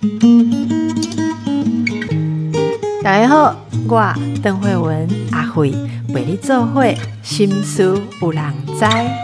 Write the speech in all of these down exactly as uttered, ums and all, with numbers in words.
大家好，我邓惠文阿惠陪你做伙，心事有人知。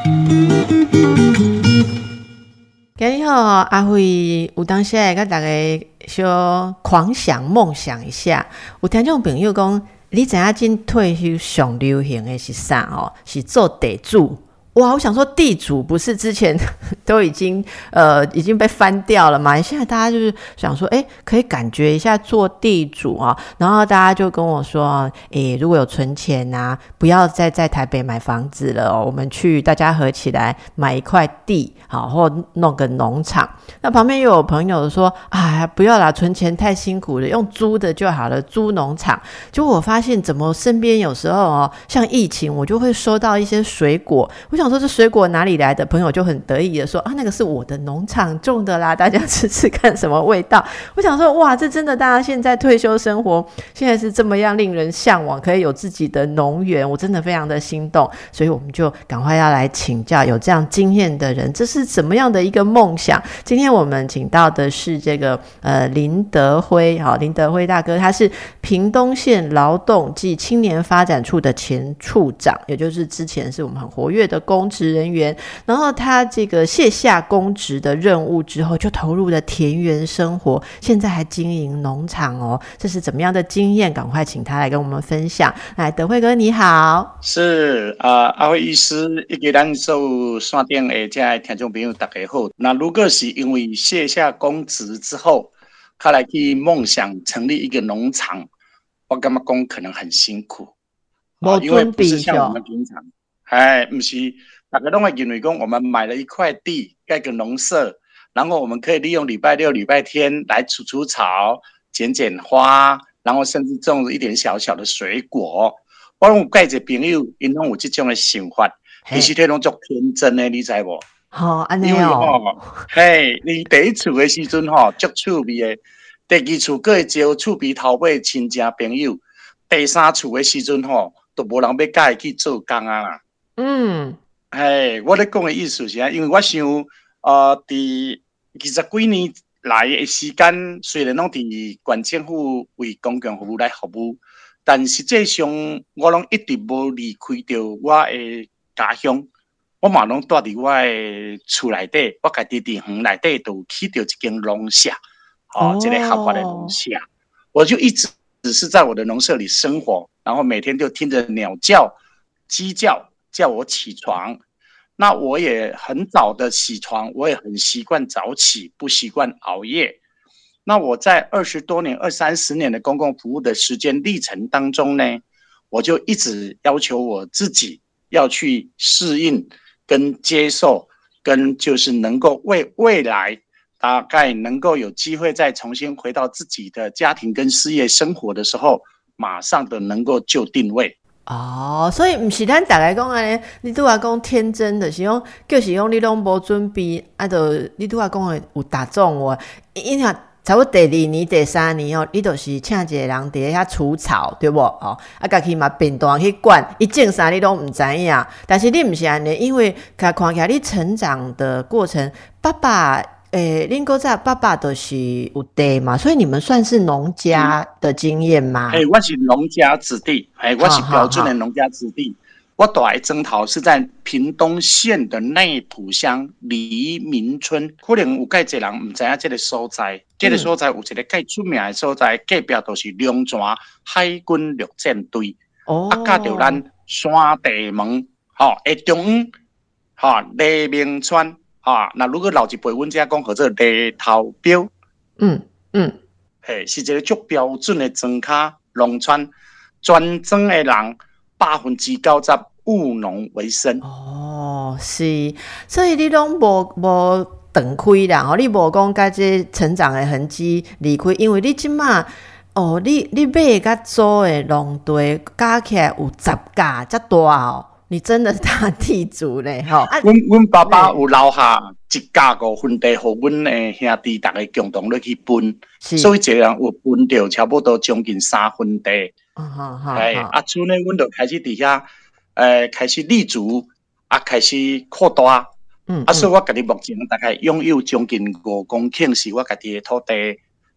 今日好，阿惠有当时会跟大家小狂想梦想一下。有听众朋友讲，你知影今退休上流行的是啥哦？是做地主。哇，我想说地主不是之前都已经呃已经被翻掉了嘛？现在大家就是想说，哎，可以感觉一下做地主啊。然后大家就跟我说，哎，如果有存钱啊，不要再在台北买房子了哦，我们去大家合起来买一块地，好，或弄个农场。那旁边又有朋友说，哎，不要啦，存钱太辛苦了，用租的就好了，租农场。就我发现，怎么身边有时候哦，像疫情，我就会收到一些水果，我想。想说这水果哪里来的？朋友就很得意的说啊，那个是我的农场种的啦，大家吃吃看什么味道。我想说哇，这真的大家现在退休生活现在是这么样令人向往，可以有自己的农园，我真的非常的心动。所以我们就赶快要来请教有这样经验的人，这是怎么样的一个梦想。今天我们请到的是这个呃林德辉、哦、林德辉大哥，他是屏东县劳动暨青年发展处的前处长，也就是之前是我们很活跃的公职人员，然后他这个卸下公职的任务之后，就投入了田园生活，现在还经营农场哦。这是怎么样的经验？赶快请他来跟我们分享。来，德辉哥你好。 是啊、呃，阿辉医师，以及咱所有线顶的这些听众朋友大家好。那如果是因为卸下公职之后，他来去梦想成立一个农场，我感觉讲可能很辛苦， 啊、 因为不是像我们平常。哎，不是，大家都会认为说，我们买了一块地，盖个农舍，然后我们可以利用礼拜六、礼拜天来除除草、剪剪花，然后甚至种一点小小的水果。我有介一个朋友，因拢有这种的想法，其实这拢足天真的，你知无？ 好、哦，安尼哦。 嘿，你第一厝的时阵吼，足趣味的；第二厝佫会招厝边头尾亲戚朋友；第三厝的时阵吼，都无人要甲伊去做工啊啦。 嗯， 嘿，我咧讲的意思是啊，因为我想，呃，伫二十几年来的时间，虽然拢伫县政府为公共服务来服务，但实际上我拢一直无离开着我的家乡，我嘛拢住伫我的厝内底，我家己伫园内底都起着一间农舍，哦，一个合法的农舍，我就一直只是在我的农舍里生活，然后每天就听着鸟叫、鸡叫。叫我起床，那我也很早的起床，我也很习惯早起，不习惯熬夜。那我在二十多年、二三十年的公共服务的时间历程当中呢，我就一直要求我自己要去适应、跟接受、跟就是能够为未来大概能够有机会再重新回到自己的家庭跟事业生活的时候，马上的能够就定位。 哦，所以不是咱大家讲安尼，你拄仔讲天真的是讲，就是讲你拢无准备，啊，就你拄仔讲的有打中我，因为差不多第二年、第三年哦，你就是请一个人伫咧遐除草，对不？哦，啊，家己嘛便当去管，伊种啥你拢唔知影，但是你不是安尼，因为看看起来你成长的过程，爸爸。诶，恁哥在爸爸都是有地嘛，所以你们算是农家的经验吗？ 诶、欸，我是农家子弟，诶、欸，我是标准的农家子弟。我大的征讨是在屏东县的内埔乡黎明村，可能有介侪人唔知影这个所在。这个所在有一个介出名的所在，隔壁都是龙泉海军陆战队。哦，啊，甲着咱山地门，吼、哦，诶，中央，吼、哦，黎明村。啊，那如果老一辈阮遮讲或者犁头标， 嗯嗯， 嘿，是一个足标准的庄卡农村，全庄的人百分之九十务农为生。 哦，是，所以你拢无无断开啦，吼，你无讲甲这成长的痕迹离开，因为你即马哦，你你买甲租的农地加起来有十甲，遮大哦。你真的是大地主嘞，吼！ 啊，阮阮爸爸有留下一甲五分地，互阮的兄弟大家共同咧去分，所以一个人有分到差不多将近三分地。 嗯好好， 哎，啊，厝呢，阮就开始伫遐，呃，开始立足，啊，开始扩大。嗯，啊，所以我家己目前大概拥有将近五公顷是我家己的土地。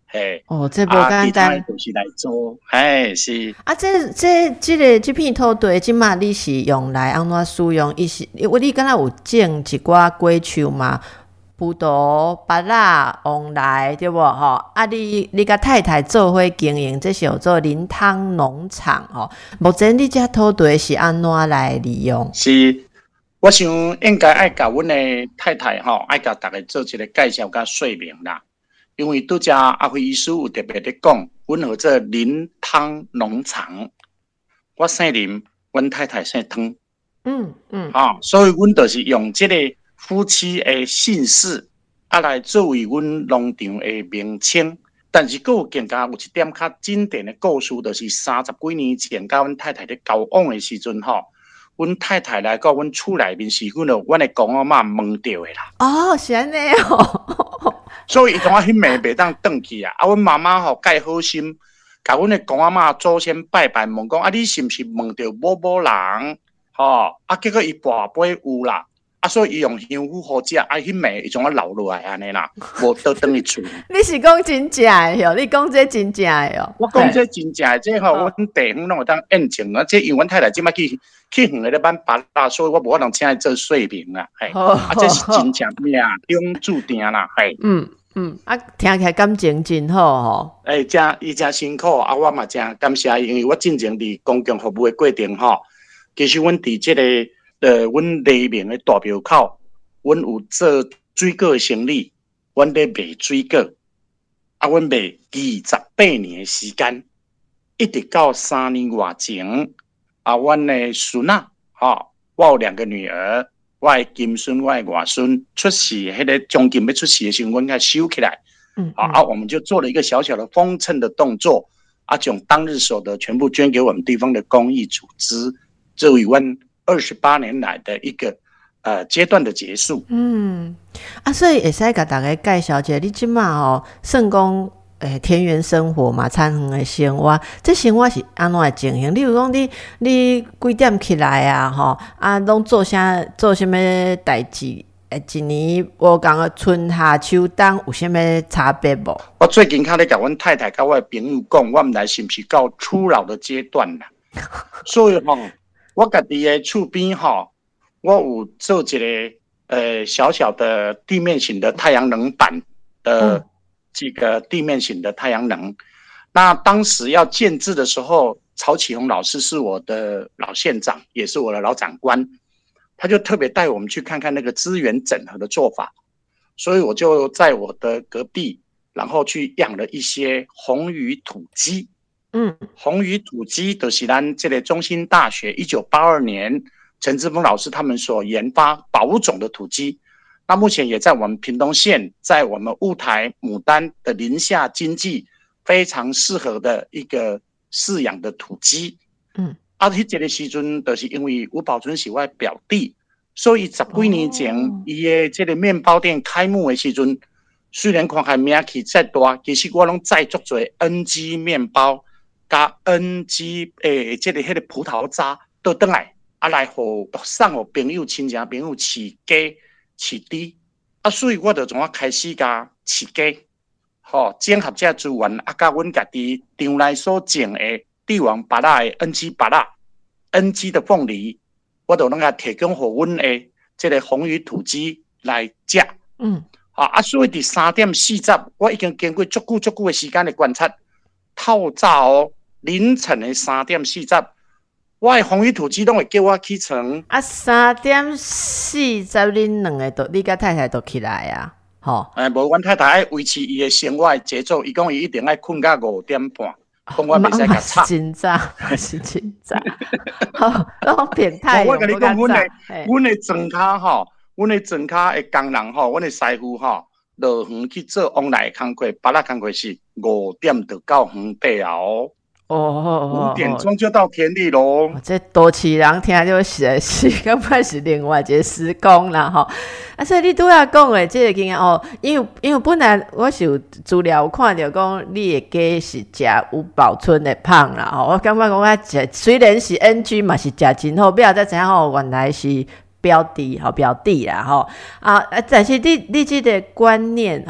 嘿， 哦，这不简单， 就是来做，嘿，是啊，这这这个这片土地，即马你是用来安怎使用？伊是，因为你敢若有种一寡果树嘛，葡萄、芭乐、旺来，对无吼？啊你，你你甲太太做伙经营，这是有做林汤农场吼。目前你这土地是安怎来利用？ 是，我想应该爱甲阮的太太吼，爱甲大家做一个介绍甲说明啦。因为拄则阿辉医师有特别咧讲，阮有做林汤农场，我姓林，阮太太姓汤， 嗯嗯， 啊、哦，所以阮就是用这个夫妻的姓氏，啊来作为阮农场的名称。但是，佫有更加有一点较经典的故事，就是三十几年前，甲阮太太咧交往的时阵吼，阮太太来到阮厝内面是阮了，阮的公阿嬷问到的啦。 哦，是安尼哦。 所以伊同我迄暝袂当转去啊！啊，阮妈妈吼介好心，甲阮的公阿嬷祖先拜拜，问讲啊，你是毋是问到某某人？吼、啊，结果伊跋杯有啦，啊，所以伊用香菇好食，啊，迄暝伊将我留落来安尼啦，无倒转去厝。 你是讲真正的哟？你讲这真正的哟？ 我讲这真正的，这吼，阮地方拢会当验证啊！这因为阮太太即摆去去远的咧办巴拉，所以我无可能请伊做说明啦，嘿，啊，这是真正命中注定啦，嘿。 嗯。嗯，啊，听起来感情真好吼。 诶、欸，真伊真辛苦，啊，我嘛真感谢，因为我进前伫公共服务的过程吼，其实阮伫即个呃，阮黎明的大庙口，阮有做水果的生意，阮咧卖水果，啊，阮卖二十八年的时间，一直到三年外前，啊，阮的孙仔，吼，我有两个女儿。我的金孙，我的外孙出世，迄个将近要出世的时候，阮甲收起来，嗯，嗯啊，我们就做了一个小小的封称的动作，啊，将当日所得全部捐给我们地方的公益组织，作为阮二十八年来的一个呃阶段的结束。 嗯，啊，所以会使甲大家介绍一下，你即马吼算讲。诶，田园生活嘛，田园的生活，这生活是安怎的情形？例如讲，你你几点起来啊？吼，啊，拢做啥做啥物代志？诶，一年无共个春夏秋冬有啥物差别无？ 我最近较咧甲阮太太甲我的朋友讲，我毋知是毋是到初老的阶段啦。所以吼，我家己的厝边吼，我有做一个呃小小的地面型的太阳能板的。嗯这个地面型的太阳能，那当时要建制的时候，曹启宏老师是我的老县长，也是我的老长官，他就特别带我们去看看那个资源整合的做法，所以我就在我的隔壁，然后去养了一些红鱼土鸡。嗯，红鱼土鸡就是咱这个中兴大学一九八二年陈志峰老师他们所研发保种的土鸡。那目前也在我们屏东县，在我们雾台、牡丹的林下经济非常适合的一个饲养的土鸡。嗯，啊，迄个时阵，就是因为吴宝春是我的表弟，所以十几年前，伊的这个面包店开幕的时阵，虽然看起名气再大，其实我拢载足多 N G 面包加 N G 诶，这个迄个葡萄渣倒转来，啊来互送互朋友、亲戚朋友饲鸡。饲猪啊，所以我就从我开始甲饲鸡，吼，整合这资源啊，甲阮家己场内所种的帝王芭乐的 N G 芭乐 ，N G 的凤梨，我就拢甲提供互阮的这个红鱼土鸡来食。嗯，啊啊，所以伫三点四十，我已经经过足久足久的时间的观察，透早哦，凌晨的三点四十。我的红鱼土鸡拢会叫我起床啊，三点四十，恁两个都，你甲太太都起来啊？吼， 诶，无，阮太太爱维持伊的生活的节奏，伊讲伊一定爱困到五点半，讲我袂使甲吵。 真早，是真早。好，拢变态。 我甲你讲，阮的阮的庄脚吼，阮的庄脚的工人吼，阮的师傅吼，落园去做往来工课，巴拉工课是五点就到园底啊哦。哦，五点钟就到田里咯。 哦、这都市人听就实是根本是另外一个时空啦吼。啊，所以你拄仔讲的这个经验哦，因为因为本来我是有资料有看到讲你的鸡是食有保存的胖啦吼，我感觉讲我食虽然是 N G 嘛是食真好，不要再知影吼原来是标的吼标的啦吼啊，但是你你这个观念吼，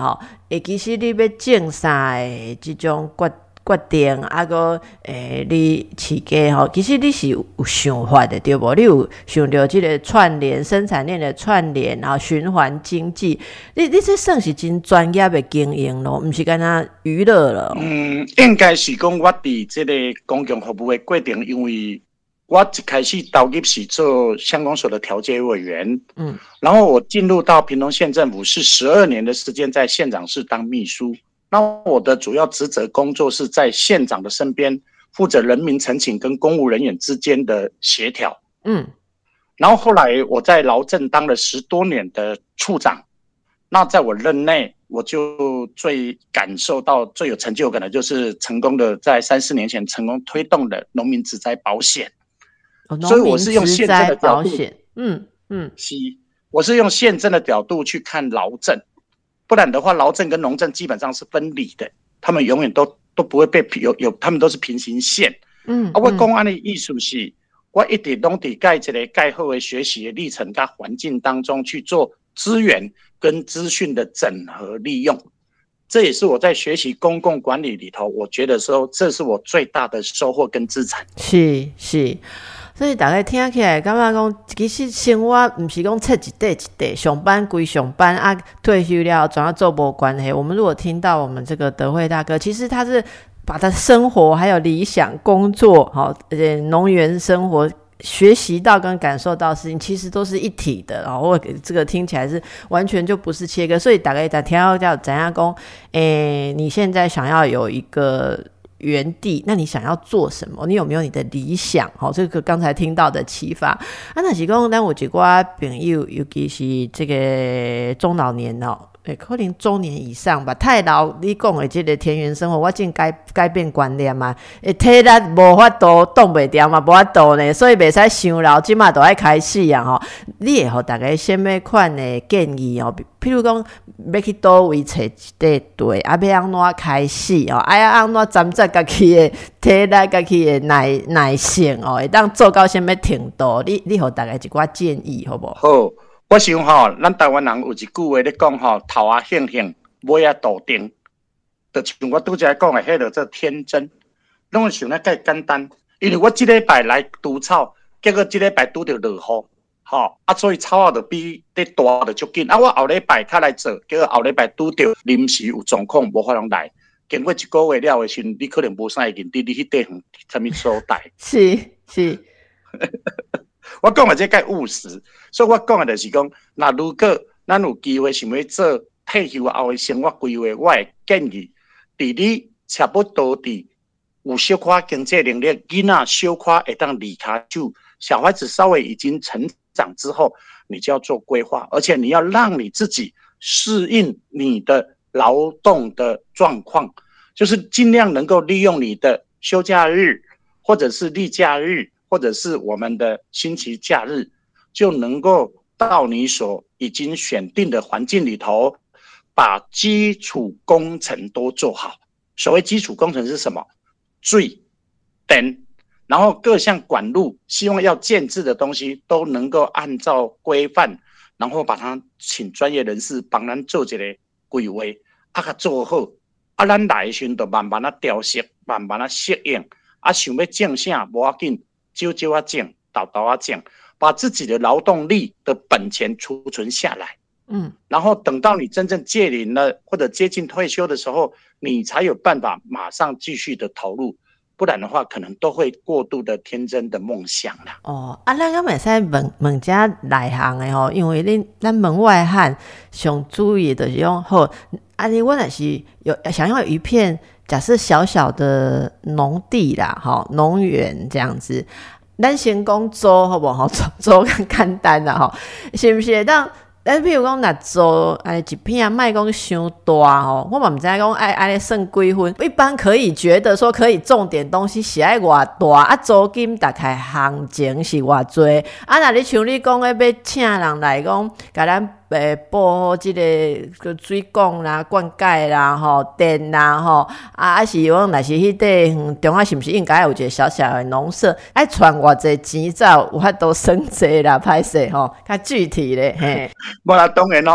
诶，其实你要种啥诶，即种决决定，啊个诶，你饲鸡吼，其实你是有想法的，对无？你有想到即个串联生产链的串联，然后循环经济，你你这算是真专业的经营咯，毋是干那娱乐了。 嗯，应该是讲我伫即个公共服务的过程，因为我一开始投入是做乡公所的调解委员，嗯，然后我进入到屏东县政府是十二年的时间，在县长室当秘书。那我的主要职责工作是在县长的身边，负责人民陈情跟公务人员之间的协调。嗯，然后后来我在劳政当了十多年的处长，那在我任内，我就最感受到最有成就感的就是成功的在三四年前成功推动的农民植灾保险。 哦， 所以我是用县政的角度， 嗯嗯， 是，我是用县政的角度去看劳政。不然的话，劳政跟农政基本上是分离的，他们永远都都不会被有有，他们都是平行线。嗯，啊，我讲安的意思是，我一直拢伫在这个盖好的学习的历程跟环境当中去做资源跟资讯的整合利用，这也是我在学习公共管理里头，我觉得说这是我最大的收获跟资产。 是是。所以大家听起来感觉讲，其实生活不是讲切一块一块，上班归上班啊，退休了总要做无关系。我们如果听到我们这个德惠大哥，其实他是把他生活还有理想工作，好，呃，农园生活学习到跟感受到的事情，其实都是一体的。然后这个听起来是完全就不是切割。所以大家在听到叫怎样讲，诶，你现在想要有一个原地，那你想要做什么？你有没有你的理想？哦，这个刚才听到的启发啊，那是讲咱有一寡朋友，尤其是这个中老年哦，诶，可能中年以上吧。太老，你讲的这个田园生活，我真改改变观念嘛。诶，体力无法度动袂掉嘛，无法度呢，所以袂使伤老，即马都爱开始啊！吼，你会互大家什么款的建议哦？譬如讲，要去倒位找一块地，啊，要安怎开始哦？啊，要安怎站在家己的体力、家己的耐耐性哦，会当做到什么程度？你你互大家一寡建议，好不好？ 好，我想吼，咱台湾人有一句话咧讲吼，头啊兴兴，尾啊笃定，就像我拄则讲的，迄个做天真，拢会想咧介简单。因为我即礼拜来除草，结果即礼拜拄着落雨。好啊，所以草啊就比咧大就足紧啊。我后礼拜较来做，结果后礼拜拄着临时有状况，无法通来。经过一个月了的时候，你可能无啥会认得你迄地方什么所在。 是是， 我讲的这介务实，所以我讲的就是讲，那如果咱有机会想要做退休后的生活规划，我会建议，伫你差不多伫有小可经济能力，囡仔小可会当离开就小孩子稍微已经成长之后，你就要做规划，而且你要让你自己适应你的劳动的状况，就是尽量能够利用你的休假日，或者是例假日，或者是我们的星期假日，就能够到你所已经选定的环境里头，把基础工程都做好。所谓基础工程是什么？水、电，然后各项管路，希望要建制的东西都能够按照规范，然后把它请专业人士帮咱做一个规划，啊，甲做好，啊，咱来的时候就慢慢啊调适，慢慢啊适应，啊，想要种啥无要紧，少少啊种，豆豆啊种，把自己的劳动力的本钱储存下来。嗯，然后等到你真正届龄了或者接近退休的时候，你才有办法马上继续的投入，不然的话可能都会过度的天真的梦想啦。 哦，啊，咱敢袂使问问家内行的吼，因为恁咱门外汉上注意的就是讲，好，啊，你我若是有想要有一片假设小小的农地啦，吼，农园这样子，咱先讲租好不好？租租较简单啦，吼，是不是？当咱譬如讲，若做哎一片，莫讲伤大吼，我嘛毋知影讲爱爱咧算几分。一般可以觉得说可以种点东西是爱偌大，啊租金大概行情是偌济。啊，若你像你讲的要请人来讲，甲咱诶布好即个水管啦、灌溉啦、吼电啦、吼啊，啊是讲若是迄块中啊，是毋是应该有一个小小的农舍？爱传偌济钱才有法度算济啦，歹势吼，较具体咧嘿。 无啦，当然吼，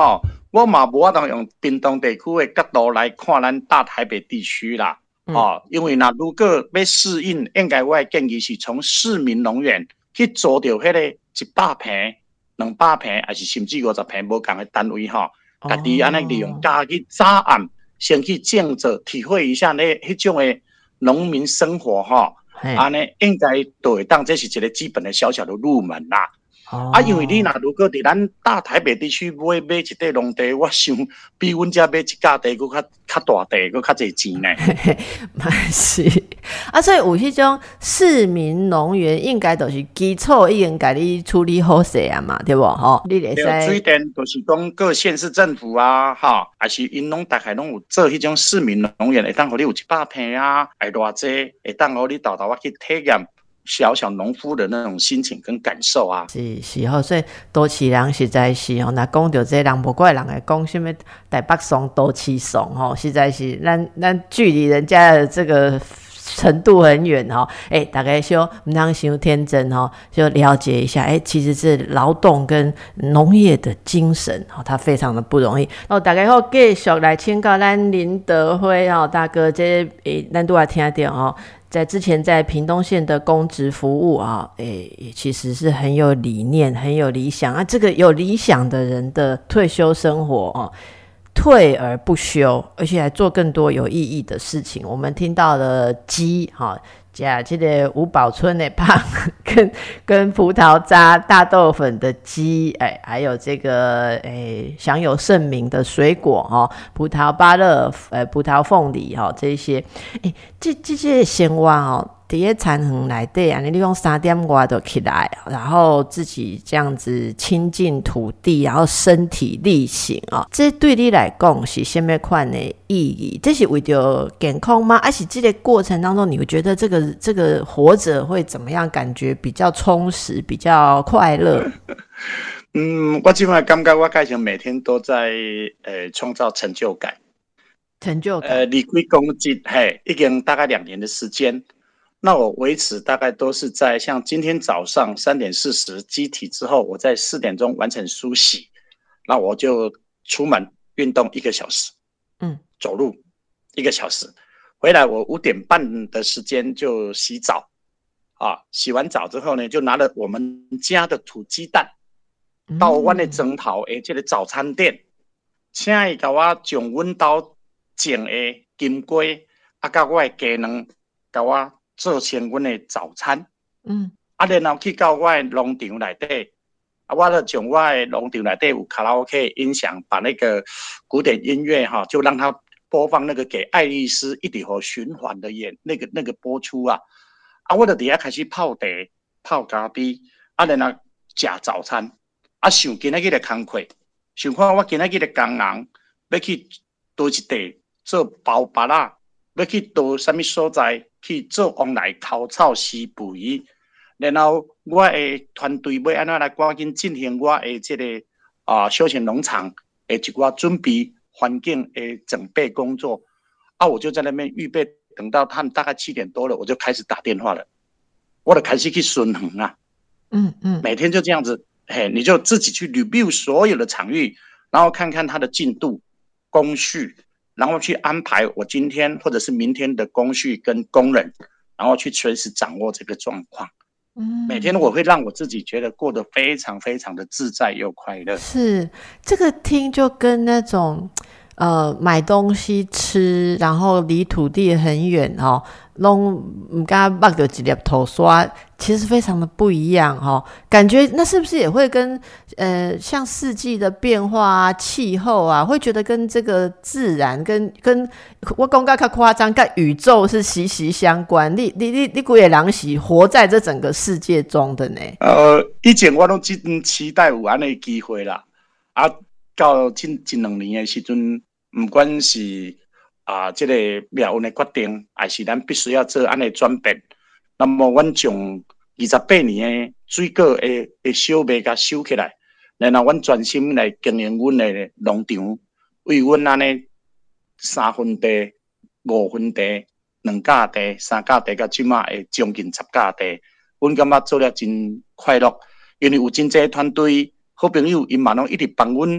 我嘛无法当用屏东地区的角度来看咱大台北地区啦。嗯、哦，因为那如果要适应，应该我的建议是从市民农园去租到迄个一百坪、两百坪，还是甚至五十坪无同的单位吼，家己安尼利用假去早暗先去种植，体会一下那迄种的农民生活吼，安尼应该都会当这是一个基本的小小的入门啦。哦、啊，因为你若如果伫咱大台北地区买买一块农地，我想比阮遮买一甲地佫较较大地佫较侪钱呢。 嘛是啊，所以有迄种市民农园，应该都是基础已经甲你处理好势啊嘛，对无吼？你会使水电就是讲各县市政府啊，哈，还是因拢大概拢有做迄种市民农园，会当互你有一百坪啊，会偌济，会当互你豆豆啊去体验。小小农夫的那种心情跟感受啊， 是是吼，所以都市人实在是吼，那讲到这人无怪人会讲什么台北怂、都市怂吼，实在是咱咱距离人家的这个程度很远吼，哎、欸，大家就唔当伤天真吼，就了解一下，哎、欸，其实是劳动跟农业的精神吼，它非常的不容易。哦，大家好，继续来请教咱林德辉吼大哥，这诶，咱都要听到吼。在之前在屏东县的公职服务啊，诶，其实是很有理念、很有理想啊。这个有理想的人的退休生活啊，退而不休，而且还做更多有意义的事情。我们听到了鸡哈。加这个五宝村的胖跟跟葡萄渣大豆粉的鸡，哎，还有这个哎享有盛名的水果哦，葡萄芭乐、呃葡萄凤梨哈、哦、这些，哎，这这些生活哦，在那田园内底，安尼你讲三点外就起来，然后自己这样子亲近土地，然后身体力行啊、哦，这对你来讲是什么款的意义？这是为了健康吗？还是这个过程当中，你会觉得这个这个活着会怎么样？感觉比较充实，比较快乐？ 嗯，我基本上感觉我开始每天都在呃创造成就感， 成就感。 呃，离开公职嘿，已经大概两年的时间。那我维持大概都是在像今天早上三点四十机体之后，我在四点钟完成梳洗，那我就出门运动一个小时，嗯，走路一个小时，回来我五点半的时间就洗澡，啊，洗完澡之后呢，就拿了我们家的土鸡蛋，到我的庄头的这个早餐店，请伊甲我从阮兜种的金龟，啊，甲我的鸡卵，甲我做成阮的早餐，嗯，啊，然后去到我的农场内底，啊，我就从我的农场内底有卡拉 OK 音响，把那个古典音乐哈，就让它播放那个给爱丽丝一直和循环的演那个那个播出啊，啊，我就底下开始泡茶、泡咖啡，啊，然后食早餐，啊，想今仔日的工课，想看我今仔日的工人要去倒一地做包芭乐，要去倒什么所在。去做往来烤草施肥，然后我的团队要安怎来赶紧进行我的这个啊休闲农场的一寡准备环境的整备工作啊，我就在那边预备，等到他们大概七点多了，我就开始打电话了，我就开始去巡衡啊，嗯嗯，每天就这样子，嘿，你就自己去 review 所有的场域，然后看看它的进度、工序。然后去安排我今天或者是明天的工序跟工人，然后去随时掌握这个状况。嗯，每天我会让我自己觉得过得非常非常的自在又快乐。 是，这个听就跟那种呃买东西吃，然后离土地很远哦，拢唔敢擘到一粒土刷，其实非常的不一样哦。感觉那是不是也会跟呃像四季的变化啊、气候啊，会觉得跟这个自然跟跟我讲较较夸张，跟宇宙是息息相关。你你你你几个人是活在这整个世界中的呢？ 呃，以前我都真期待有安尼机会啦，啊，到近近两年的时阵，不管是啊，这个命运的决定，还是咱必须要做安尼转变。那么，阮从二十八年的水果的的小麦甲收起来，然后阮专心来经营阮的农场，为阮安尼三分地、五分地、两甲地、三甲地，甲即马会将近十甲地，阮感觉做了真快乐，因为有真济团队好朋友，因嘛拢一直帮阮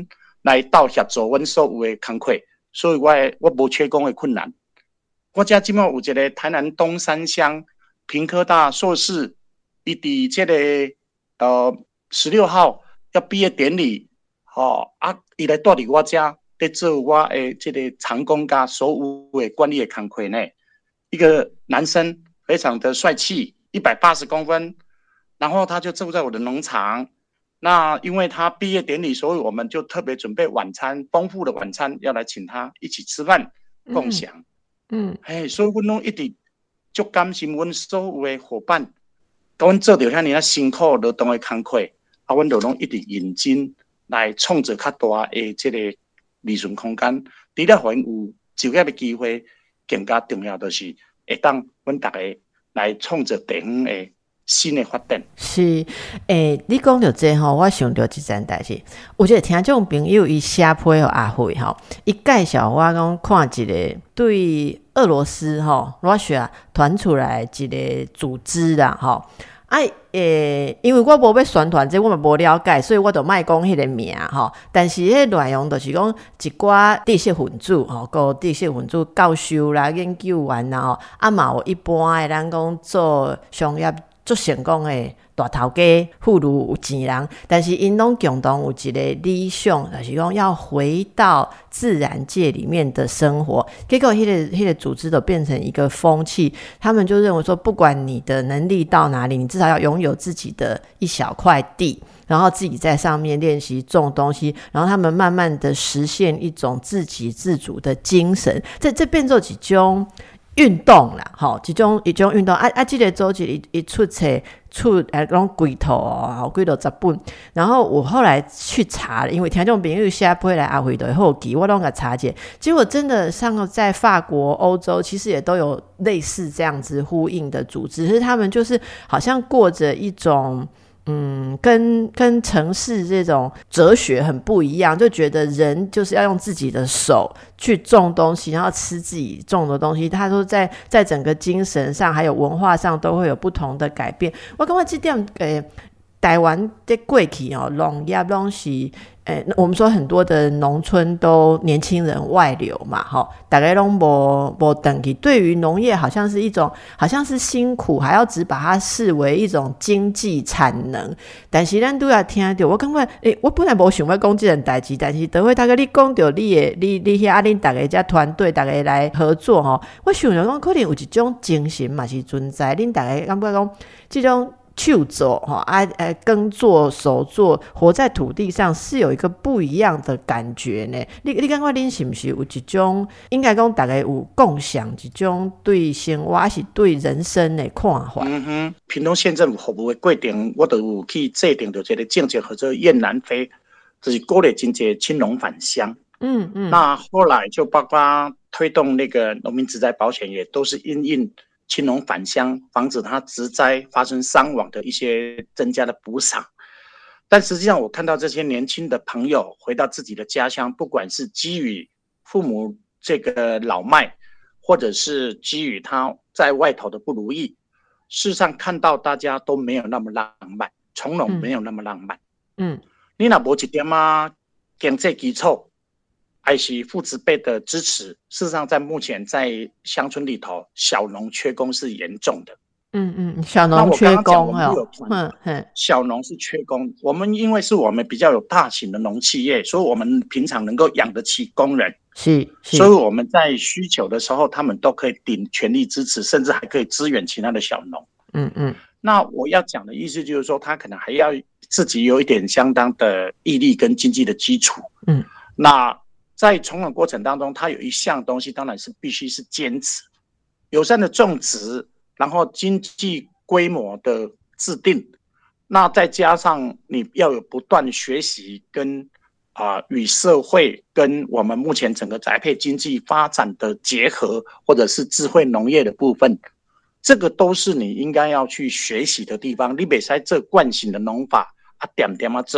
来到协助阮所有的工课，所以我我无缺工的困难。我家今麦有一个台南东山乡屏科大硕士，伊伫这个呃十六号要毕业典礼，哦啊，伊来住伫我家，在做我的这个长工甲所有的管理的工课呢。一个男生非常的帅气，一百八十公分，然后他就住在我的农场。那因为他毕业典礼，所以我们就特别准备晚餐，丰富的晚餐要来请他一起吃饭共享。嗯，哎、嗯，所以我拢一直足感谢阮所有的伙伴，甲阮做着遐尼啊辛苦劳动的工课，啊，阮就拢一直认真来创造较大的这个利润空间。除了互因有就业的机会，更加重要就是会当阮大家来创造地方的新的发展。 是，诶、欸，你讲到这吼，我想到一件代志。有一个听众朋友伊写批互阿慧吼，伊介绍我讲看一个对俄罗斯吼 Russia 传出来一个组织啦吼。啊，诶，因为我无要宣传这，我嘛无了解，所以我就莫讲迄个名吼。但是迄内容就是讲一寡知识分子吼，个知识分子教授啦、研究员啦吼，啊嘛有一般诶，咱讲做商业足成功诶大头家、富裕有钱人，但是因拢共同有一个理想，就是讲要回到自然界里面的生活。结果迄个迄个组织都变成一个风气，他们就认为说，不管你的能力到哪里，你至少要拥有自己的一小块地，然后自己在上面练习种东西，然后他们慢慢的实现一种自给自足的精神。这这变做一种运动啦，吼，一种一种运动啊啊！这个组织一一出册出诶，拢几套哦，几套十本。然后我后来去查了，因为听众朋友写批来阿慧的后记，我拢甲查解。结果真的上在法国、欧洲，其实也都有类似这样子呼应的组织，可是他们就是好像过着一种。嗯，跟跟城市这种哲学很不一样，就觉得人就是要用自己的手去种东西，然后吃自己种的东西。他说在在整个精神上还有文化上都会有不同的改变。我感觉这点诶，台湾的过去哦，农业拢是诶，我们说很多的农村都年轻人外流嘛，哈，大家拢无无回去。对于农业，好像是一种，好像是辛苦，还要只把它视为一种经济产能。但是咱都要听到，我感觉，诶，我本来无想要讲这件代志，但是德惠大哥你讲到你的，你你遐啊，恁大家这团队，大家来合作吼，我想着讲，可能有一种精神嘛是存在，恁大家感觉讲这种。手作啊，呃，耕作、手作，活在土地上是有一个不一样的感觉呢。你你感觉恁是不是有一种，应该讲大家有共享一种对生活还是对人生的看法？ 嗯哼，屏东县政府服务的过程，我都有去制定到一个政策，叫做雁南飞，就是鼓励真济青农返乡。嗯嗯，那后来就包括推动那个农民植栽保险，也都是因应。青农返乡，防止他植栽发生伤亡的一些增加的补偿。但实际上，我看到这些年轻的朋友回到自己的家乡，不管是基于父母这个老迈，或者是基于他在外头的不如意，事实上看到大家都没有那么浪漫，从容没有那么浪漫。嗯，你若无一点啊经济基础。还是父子辈的支持，事实上，在目前在乡村里头，小农缺工是严重的。 嗯嗯，小农缺工哦， 嗯嗯，小农是缺工。我们因为是我们比较有大型的农企业，所以我们平常能够养得起工人， 是，是所以我们在需求的时候，他们都可以顶全力支持，甚至还可以支援其他的小农。嗯嗯，那我要讲的意思就是说，他可能还要自己有一点相当的毅力跟经济的基础。嗯，那。在从容过程当中，它有一项东西，当然是必须是坚持友善的种植，然后经济规模的制定，那再加上你要有不断学习跟啊、呃、与社会跟我们目前整个宅配经济发展的结合，或者是智慧农业的部分，这个都是你应该要去学习的地方。你不可以这惯性的农法啊点点啊这。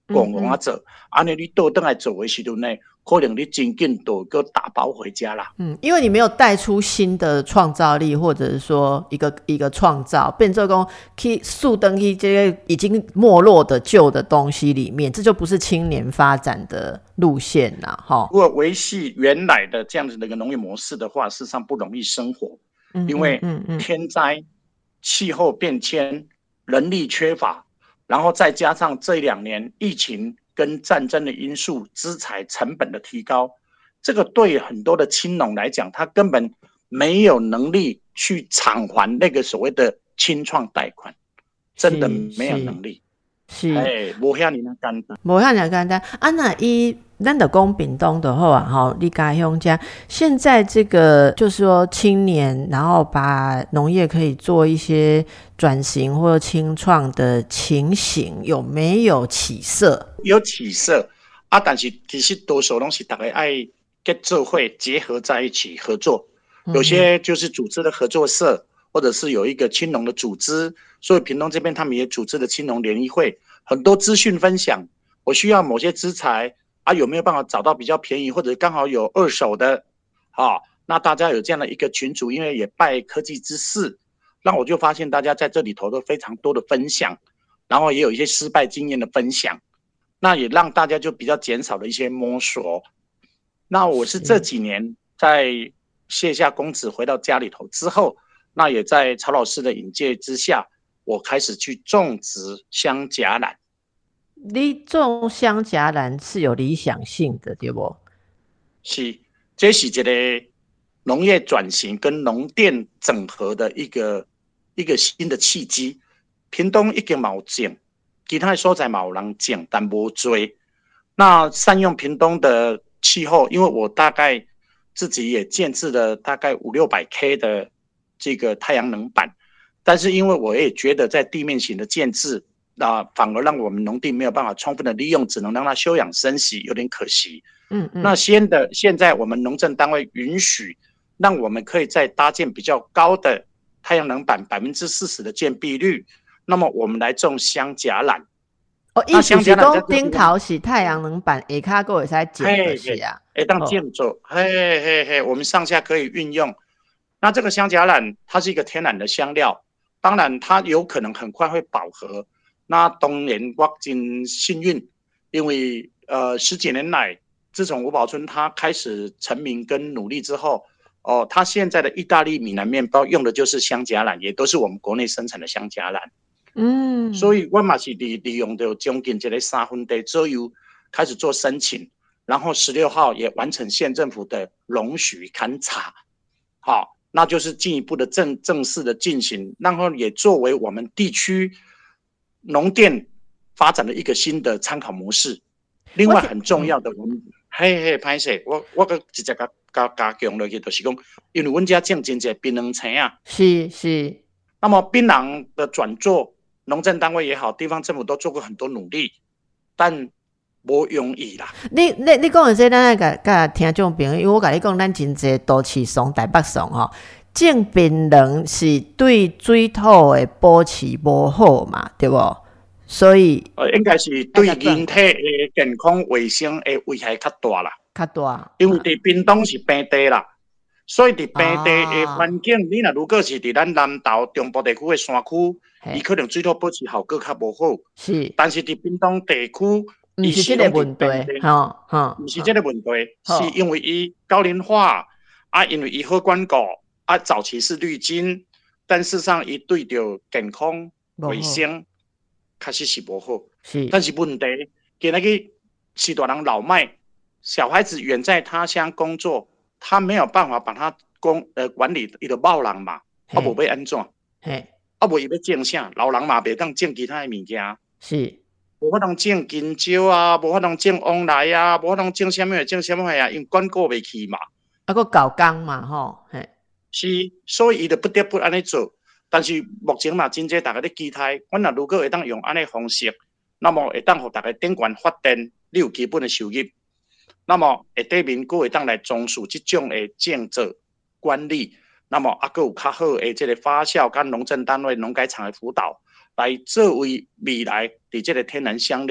共同啊做，安尼你倒转来做的时候呢，可能你真紧就个打包回家啦。 嗯，因为你没有带出新的创造力，或者是说一个一个创造，变做讲去速登去这个已经没落的旧的东西里面，这就不是青年发展的路线啦。哈，如果维系原来的这样子的一个农业模式的话，事实上不容易生活，嗯、因为天灾、气候变迁、人力缺乏，然后再加上这两年疫情跟战争的因素，资材成本的提高，这个对很多的青农来讲，他根本没有能力去偿还那个所谓的青创贷款，真的没有能力。是，哎，无遐尼简单， 无遐尼简单。啊，那伊咱就讲屏东就好啊，吼，你家乡家现在这个就是说青年，然后把农业可以做一些转型或者青创的情形，有没有起色？ 有起色啊，但是其实多数拢是大家爱结做会结合在一起合作，有些就是组织的合作社。嗯，或者是有一个青农的组织，所以屏东这边他们也组织了青农联谊会，很多资讯分享。我需要某些资材啊，有没有办法找到比较便宜，或者刚好有二手的，啊，那大家有这样的一个群组，因为也拜科技之赐，让我就发现大家在这里头都非常多的分享，然后也有一些失败经验的分享，那也让大家就比较减少了一些摸索。那我是这几年在卸下公职回到家里头之后。那也在曹老师的引介之下，我开始去种植香荚兰。 你种香荚兰是有理想性的，对不？ 是，这是一个农业转型跟农电整合的一个一个新的契机。屏东已经有种，其他的所在也有人种，但没多。那善用屏东的气候，因为我大概自己也建置了大概五六百 K 的。这个太阳能板，但是因为我也觉得在地面型的建制，那、呃、反而让我们农地没有办法充分的利用，只能让它休养生息，有点可惜。嗯嗯。那先的现在我们农政单位允许，让我们可以再搭建比较高的太阳能板，百分之四十的建蔽率，那么我们来种香荚兰。 哦，意思是讲顶头是太阳能板，下骹还会使建就是啊， 会当建做，嘿嘿嘿，我们上下可以运用。那这个香荚兰它是一个天然的香料，当然它有可能很快会饱和。那当年我真幸运，因为呃十几年来，自从吴宝春他开始成名跟努力之后，哦，他现在的意大利米兰面包用的就是香荚兰，也都是我们国内生产的香荚兰。嗯，所以我嘛是利利用到将近这个三分地左右开始做申请，然后十六号也完成县政府的容许勘查，好。那就是进一步的正正式的进行，然后也作为我们地区农电发展的一个新的参考模式。另外很重要的，我们嘿嘿歹势，我我个直接加加加强落去，就是讲，因为阮家种真侪槟榔青啊， 是是。 那么槟榔的转做，农政单位也好，地方政府都做过很多努力，但无容易啦。 你你你讲的这，咱甲甲听众朋友，因为我甲你讲，咱真侪都市松、台北松吼，种槟榔是对水土的保持无好嘛，对不？所以呃，应该是对人体的健康卫生的危害较大啦。 较大， 因为伫屏东是平地啦，所以伫平地的环境，啊、你若如果是伫咱南投、中部地区的山区，伊可能水土保持效果较无好。是，但是伫屏东地区。 不是这个问题，吼吼， 不是这个问题，是因为伊高龄化啊，因为伊好管顾啊，早期是绿金，但事实上伊对着健康卫生，确实是不好。是，但是问题，今仔日许多人老迈，小孩子远在他乡工作，他没有办法把他公呃管理伊就某人嘛，啊无要安怎？嘿，啊无伊要种啥？老人嘛袂当种其他的物件。是。无法通种金蕉啊，无法通种往来啊，无法通种什么种什么啊，因管顾袂起嘛。 啊，个搞工嘛，吼，嘿， 是，所以伊就不得不安尼做。但是目前嘛，真侪大家咧期待，阮若如果会当用安尼方式，那么会当互大家顶悬发电，你有基本的收入，那么下底面佫会当来从事即种的建设管理，那么啊，佫有较好的即个发酵甲农政单位、农改场的辅导。来作为未来伫这个天然香料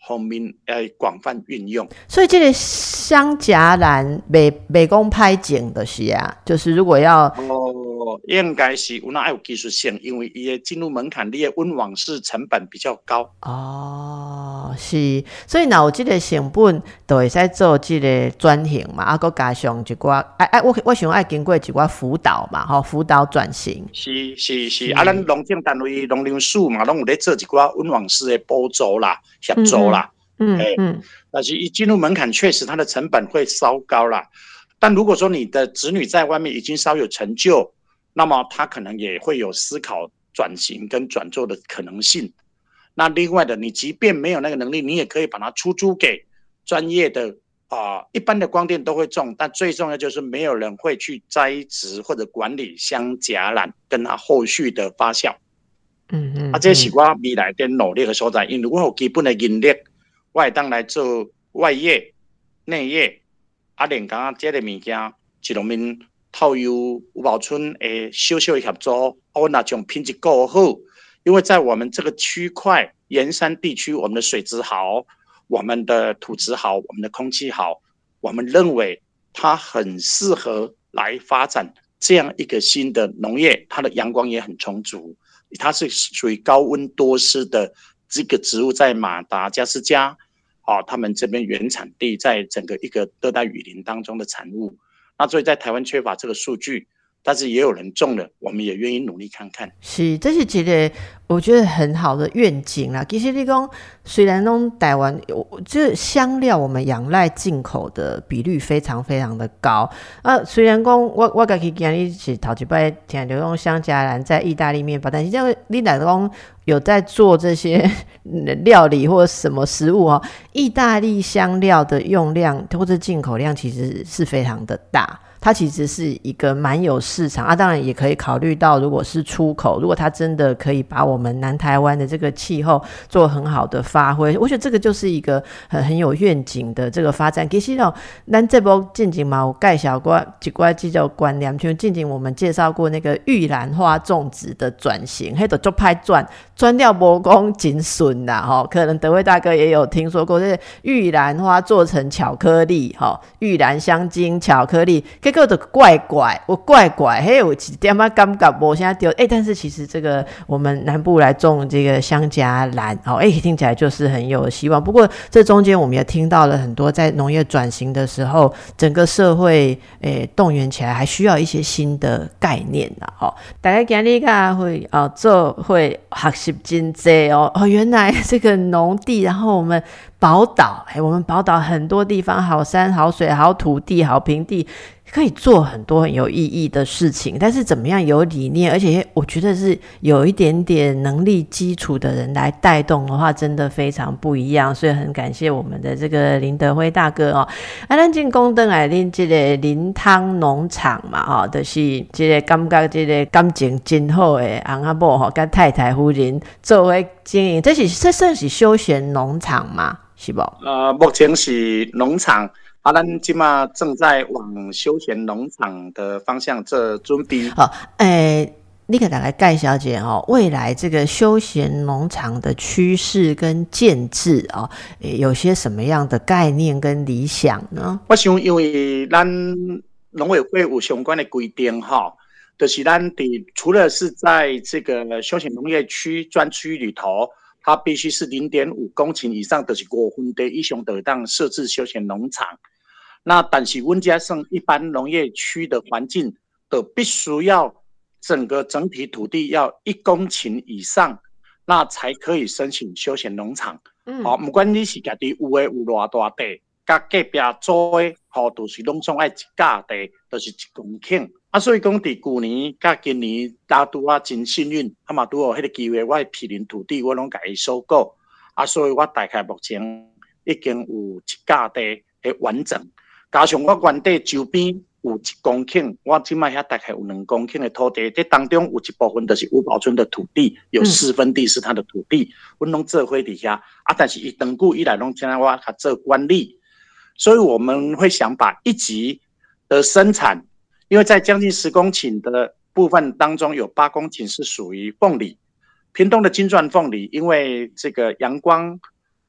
方面呃广泛运用。 所以这个香荚兰袂袂讲歹种就是啊，就是如果要哦，应该是有那有技术性，因为伊的进入门槛，你的温网式成本比较高。 哦，是，所以若有这个成本，就会使做这个转型嘛，啊，佮加上一寡，哎哎，我我想爱经过一寡辅导嘛，吼，辅导转型。 是是是，啊，咱农政单位、农林署嘛，拢有咧做一寡温网式的补助啦、协助啦。 嗯 嗯, 嗯, 嗯， 但是一进入门槛，确实它的成本会稍高啦。但如果说你的子女在外面已经稍有成就，那么他可能也会有思考转型跟转做的可能性。那另外的，你即便没有那个能力，你也可以把它出租给专业的啊、呃，一般的光电都会种，但最重要就是没有人会去栽植或者管理香荚兰跟它后续的发酵。 嗯嗯， 啊，这是我未来的努力的所在，因为我有基本的能力，我会当来做外叶、内叶，啊，连刚这个物件一路面透由吴宝春诶小小的合作，我那种品质够好。因为在我们这个区块盐山地区，我们的水质好，我们的土质好，我们的空气好，我们认为它很适合来发展这样一个新的农业，它的阳光也很充足，它是属于高温多湿的这个植物，在马达加斯加，哦，他们这边原产地在整个一个热带雨林当中的产物。那所以在台湾缺乏这个数据，但是也有人种了，我们也愿意努力看看。 是，这是一个我觉得很好的愿景啦。其实你讲，虽然说台湾这香料我们仰赖进口的比率非常非常的高啊。虽然讲我我自己今日是头一摆听到讲香荚兰在意大利面包，但是这你来讲有在做这些料理或什么食物哦，意大利香料的用量或者进口量其实是非常的大。它其实是一个蛮有市场啊，当然也可以考虑到，如果是出口，如果它真的可以把我们南台湾的这个气候做很好的发挥，我觉得这个就是一个很很有愿景的这个发展。其实哦，咱这波进前嘛有介绍过一寡这种观念，像进前我们介绍过那个玉兰花种植的转型，迄都做派转转掉无讲真顺啦吼，可能德惠大哥也有听说过，这玉兰花做成巧克力吼，玉兰香精巧克力。结果就怪怪，我怪怪，嘿，有一点啊感觉无啥对，哎，但是其实这个我们南部来种这个香荚兰，哦，哎，听起来就是很有希望。不过这中间我们也听到了很多，在农业转型的时候，整个社会诶动员起来，还需要一些新的概念啦，哦，大家今日个会哦做会学习真多哦，哦，原来这个农地，然后我们宝岛，哎，我们宝岛很多地方好山好水好土地好平地。可以做很多很有意义的事情，但是怎么样有理念，而且我觉得是有一点点能力基础的人来带动的话，真的非常不一样。所以很感谢我们的这个林德辉大哥哦。啊，咱进公灯来恁这个林汤农场嘛，哦，就是这个感觉这个感情真好的翁仔某吼，跟太太夫人作为经营，这是这算是休闲农场吗？是不？ 呃，目前是农场。啊，咱现在正在往休闲农场的方向做准备。 好，诶，你给大家介绍一下哦，未来这个休闲农场的趋势跟建制哦，有些什么样的概念跟理想呢？ 我想，因为咱农委会有相关的规定哈，就是咱的除了是在这个休闲农业区专区里头，它必须是零点五公顷以上，就是五分地以上的当设置休闲农场。那但是温家胜一般农业区的环境都必须要整个整体土地要一公顷以上，那才可以申请休闲农场。嗯，好，不管你是家己有的有偌大地，甲隔壁租的，好，都是拢总爱一甲地，都是一公顷。啊，所以讲，伫去年甲今年，大拄啊真幸运，啊嘛拄有迄个机会，我的毗邻土地我拢甲伊收购，啊，所以我大概目前已经有一甲地的完整。加上我原地周边有一公顷，我即摆遐大概有两公顷的土地，这当中有一部分就是吴宝春的土地，有四分地是他的土地，阮拢做伙伫遐啊。但是伊长久以来拢听我甲做管理，所以我们会想把一级的生产，因为在将近十公顷的部分当中，有八公顷是属于凤梨，屏东的金钻凤梨，因为这个阳光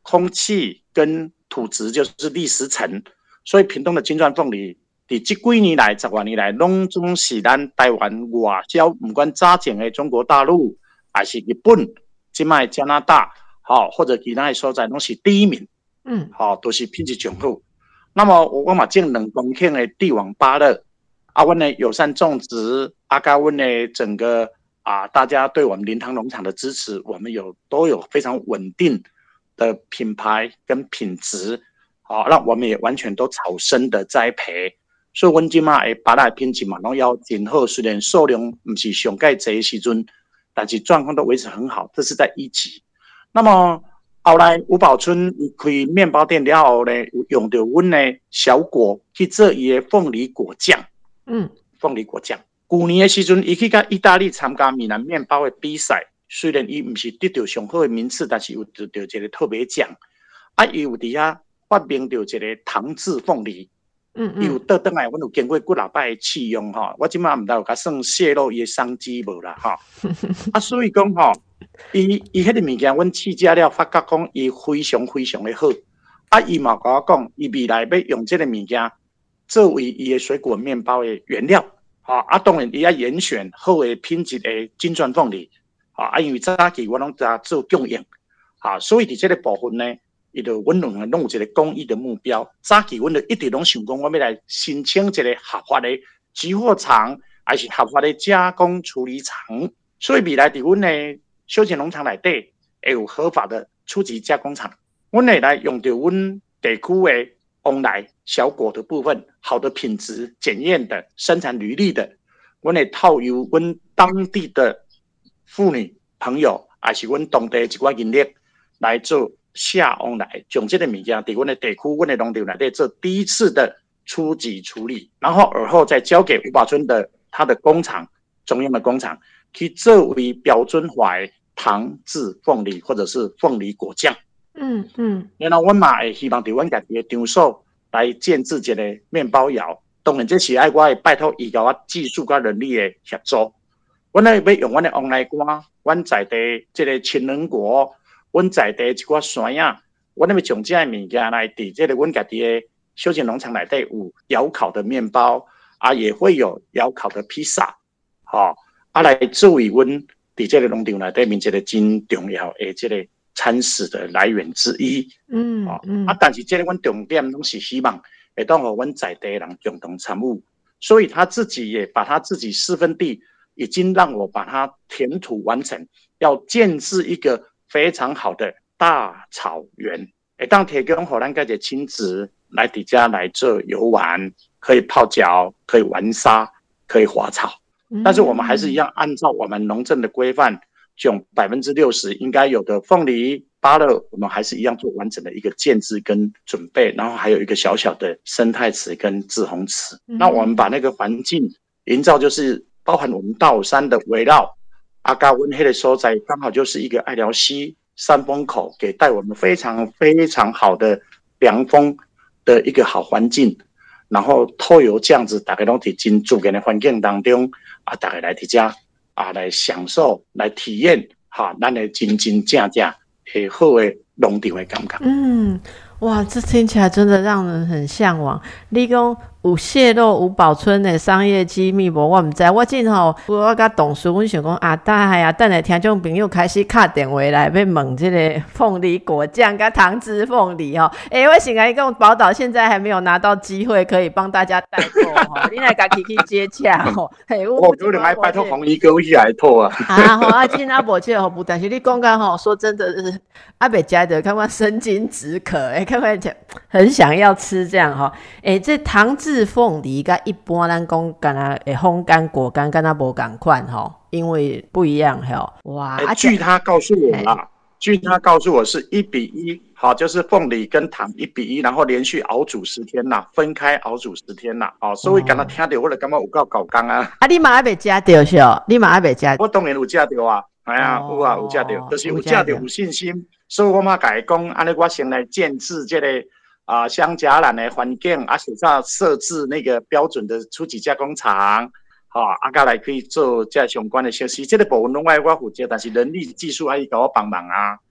空气跟土质就是砾石层，所以屏东的金钻凤梨，伫这几年来、十多年来，拢总是咱台湾外销，不管早前的中国大陆，还是日本、今卖加拿大，好、哦、或者其他的所在，拢是第一名。嗯，好、哦，都是品质上好。那么我嘛种两公顷的帝王芭乐，啊，阮的友善种植，啊，加阮的整个啊，大家对我们林堂农场的支持，我们有都有非常稳定的品牌跟品质，好、哦，让我们也完全都草生的栽培。所以，阮即马的芭乐品质嘛，拢要真好。虽然数量不是上盖济的时阵，但是状况都维持很好，这是在一级。那么后来吴宝春开面包店了后呢，用到阮的小果去做伊的凤梨果酱。嗯，凤梨果酱。去年的时阵，伊去甲意大利参加米兰面包的比赛，虽然伊不是得到上好的名次，但是有得到一个特别奖。啊，伊有伫遐发明到一个糖制凤梨。嗯嗯，有倒转来，阮有经过几老摆的试用吼，我即马唔知有甲算泄露伊的商机无啦吼。啊，所以讲吼，伊伊迄个物件，阮试食了，发觉讲伊非常非常的好。啊，伊嘛甲我讲，伊未来要用这个物件作为伊的水果面包的原料。吼、啊，啊，当然伊要严选好的品质的金钻凤梨。吼、啊，因为早期我拢在做供应，啊，所以伫这个部分呢。伊就阮两个拢有一个公益的目标，早期阮就一直拢想讲，我要来申请一个合法的集货场，还是合法的加工处理厂。所以未来伫阮的休闲农场内底，会有合法的初级加工厂。阮会来用到阮地区的往来小果的部分，好的品质、检验的、生产履历的，阮会套由阮当地的妇女朋友，还是阮当地一寡人力来做。下往来，将这个物件伫阮的地区、阮的农场内底做第一次的初级处理，然后而后再交给吴宝春的他的工厂，中央的工厂，去作为标准化的糖制凤梨或者是凤梨果酱。嗯嗯。然后阮嘛会希望伫阮家己的场所来建制一个面包窑，当然这是爱我会拜托伊甲我技术甲人力的协助。阮咧要用阮的往来瓜，阮在地这个青仁果。阮在地一寡山仔，阮要将这些物件来伫这个阮家己的休闲农场内底有窑烤的面包，啊也会有窑烤的披萨，吼、哦，啊来作为阮伫这个农场内底面一个真重要的这个餐食的来源之一。嗯，哦、嗯啊，但是这个阮重点拢是希望会当互阮在地人共同参与，所以他自己也把他自己四分地已经让我把它填土完成，要建制一个。非常好的大草原，会当提供互咱家己亲子来伫遮来做游玩，可以泡脚，可以玩沙，可以滑草。嗯、但是我们还是一样按照我们农政的规范，用百分之六十应该有的凤梨、芭乐，我们还是一样做完整的一个建制跟准备，然后还有一个小小的生态池跟滞洪池。嗯、那我们把那个环境营造，就是包含我们大武山的围绕。阿嘎温黑的所在刚好就是一个爱寮溪山峰口，给带我们非常非常好的凉风的一个好环境。然后透由这样子，大家都在真自然的环境当中啊，大家来伫遮啊来享受、来体验哈，咱的真真正正的好的农场的感觉。嗯， 哇，这听起来真的让人很向往。你讲有泄露吴宝春的商业机密无？我唔知，我真吼，我甲董事，阮想讲啊，等下啊，等下听众朋友开始打电话来，要问这个凤梨果酱甲糖汁凤梨吼。诶、欸，我先甲你讲，宝岛现在还没有拿到机会可以帮大家代购吼，你来家己去接洽吼。嘿， 我有点爱拜托红衣哥去来托啊。 啊，吼，啊，今阿伯这个服务，但是你讲讲吼，说真的是阿伯家的，看看生津止渴，诶、欸，看看很想要吃这样吼。诶、欸，这糖汁凤梨跟一般咱讲干那诶风干果干跟它无同款吼，因为不一样吼。哇！ 欸、据他告诉我啦，欸、据他告诉我是一比一，好，就是凤梨跟糖一比一，然后连续熬煮十天啦，分开熬煮十天啦，哦，所以刚才听到我就感觉有够搞刚啊。 啊，你嘛还没吃到是哦？你嘛还没吃？ 我当然有吃到啊，哎呀，哦、有啊，有吃到，就是有吃到有信心，所以我嘛甲伊讲，安尼我先来建制这个。啊，乡甲兰的环境啊，手上设置那个标准的初级加工厂，好、啊，啊，再来可以做这相关的消息。这个部分拢爱我负责，但是人力技术爱伊甲我帮忙啊。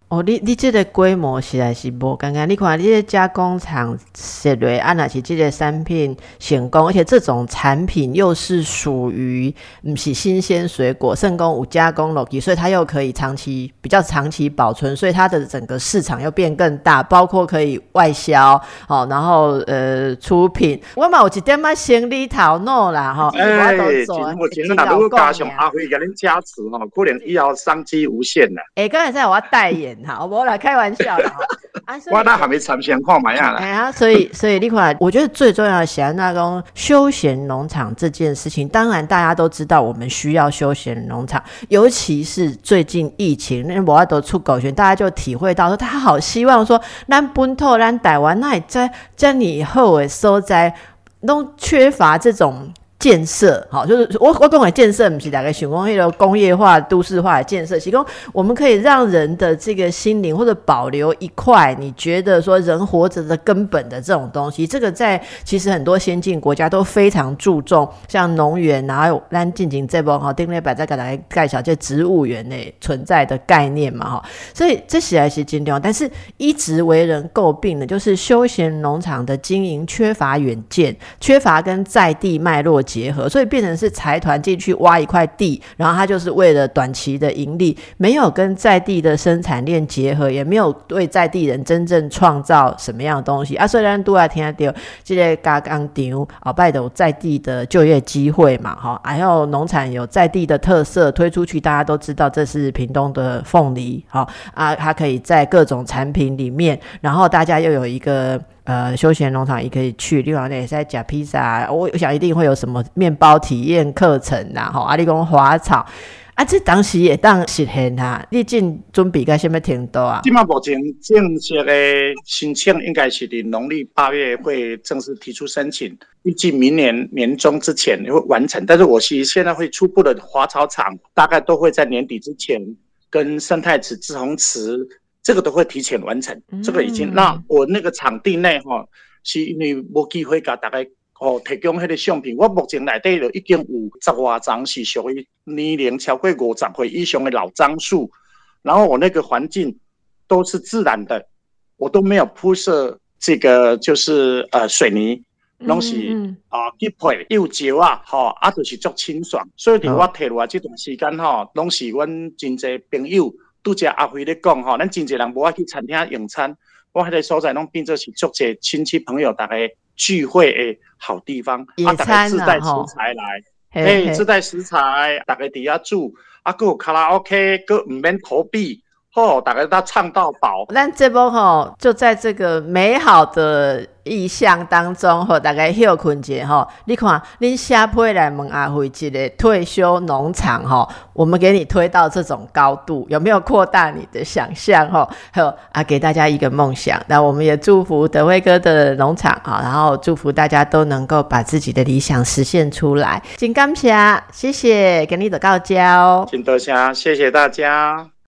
哦，你你这个规模实在是无刚刚，你看你这加工厂设落啊，若是这个产品成功，而且这种产品又是属于不是新鲜水果，甚工有加工落去，所以它又可以长期比较长期保存，所以它的整个市场又变更大，包括可以外销哦，然后呃出品。我嘛有一点仔生理头脑啦吼， 哎，真我觉得那如果加上阿辉给恁加持吼，可能以后商机无限啦。 哎，刚才在我要代言哈，我来开玩笑啦。啊， 我那还没尝鲜看买啊啦。 哎呀，所以所以你看，我觉得最重要的是那种休闲农场这件事情，当然大家都知道我们需要休闲农场，尤其是最近疫情，那我都出国选，大家就体会到说，他好希望说，咱本土咱台湾那在这么好的所在，都缺乏这种建设，好，就是我我讲的建设不是大概想讲那个工业化都市化的建设，是讲我们可以让人的这个心灵或者保留一块你觉得说人活着的根本的这种东西，这个在其实很多先进国家都非常注重，像农园，然后咱进行这波哈丁礼拜再给大家介绍这植物园的存在的概念嘛哈，所以这实在是真重要，但是一直为人诟病的就是休闲农场的经营缺乏远见，缺乏跟在地脉络结合，所以变成是财团进去挖一块地，然后他就是为了短期的盈利，没有跟在地的生产链结合，也没有对在地人真正创造什么样的东西啊。虽然都要听到这个加工厂后摆有在地的就业机会嘛，哈，还有农产有在地的特色推出去，大家都知道这是屏东的凤梨，好啊，它可以在各种产品里面，然后大家又有一个呃，休闲农场也可以去，另外也在吃披萨，我想一定会有什么面包体验课程啦，吼，啊，你讲花草啊，这当时也当实现啊，你正准备到什么程度啊？ 现在目前正式的申请应该是在农历八月会正式提出申请，预计明年年中之前会完成。但是我其实现在会初步的花草场，大概都会在年底之前跟生态池、志洪池。这个都会提前完成，这个已经。嗯、那我那个场地内哈，是因为没机会给大家哦提供那个相片。我目前内底就已经有十多张是属于年龄超过五十岁以上的老樟树，然后我那个环境都是自然的，我都没有铺设这个就是呃水泥，拢是啊去配幼石啊，吼啊就是足清爽。所以伫我摕落来这段时间吼，拢是阮真侪朋友。拄则阿辉咧讲吼，咱真侪人无爱去餐厅用餐，我迄个所在拢变做是足侪亲戚朋友大家聚会的好地方。 野餐啊， 大家自带食材来，嘿，自带食材，大家伫遐煮，啊，还有卡拉 OK， 还唔免投币。哦，大家都唱到饱。 咱这波吼，就在这个美好的意象当中，吼，大家休困一下吼。你看，恁下批来问阿辉一个退休农场吼，我们给你推到这种高度，有没有扩大你的想象吼？好啊，给大家一个梦想。那我们也祝福德辉哥的农场啊，然后祝福大家都能够把自己的理想实现出来。真感谢，谢谢，给你的告教。 真多谢，谢谢大家。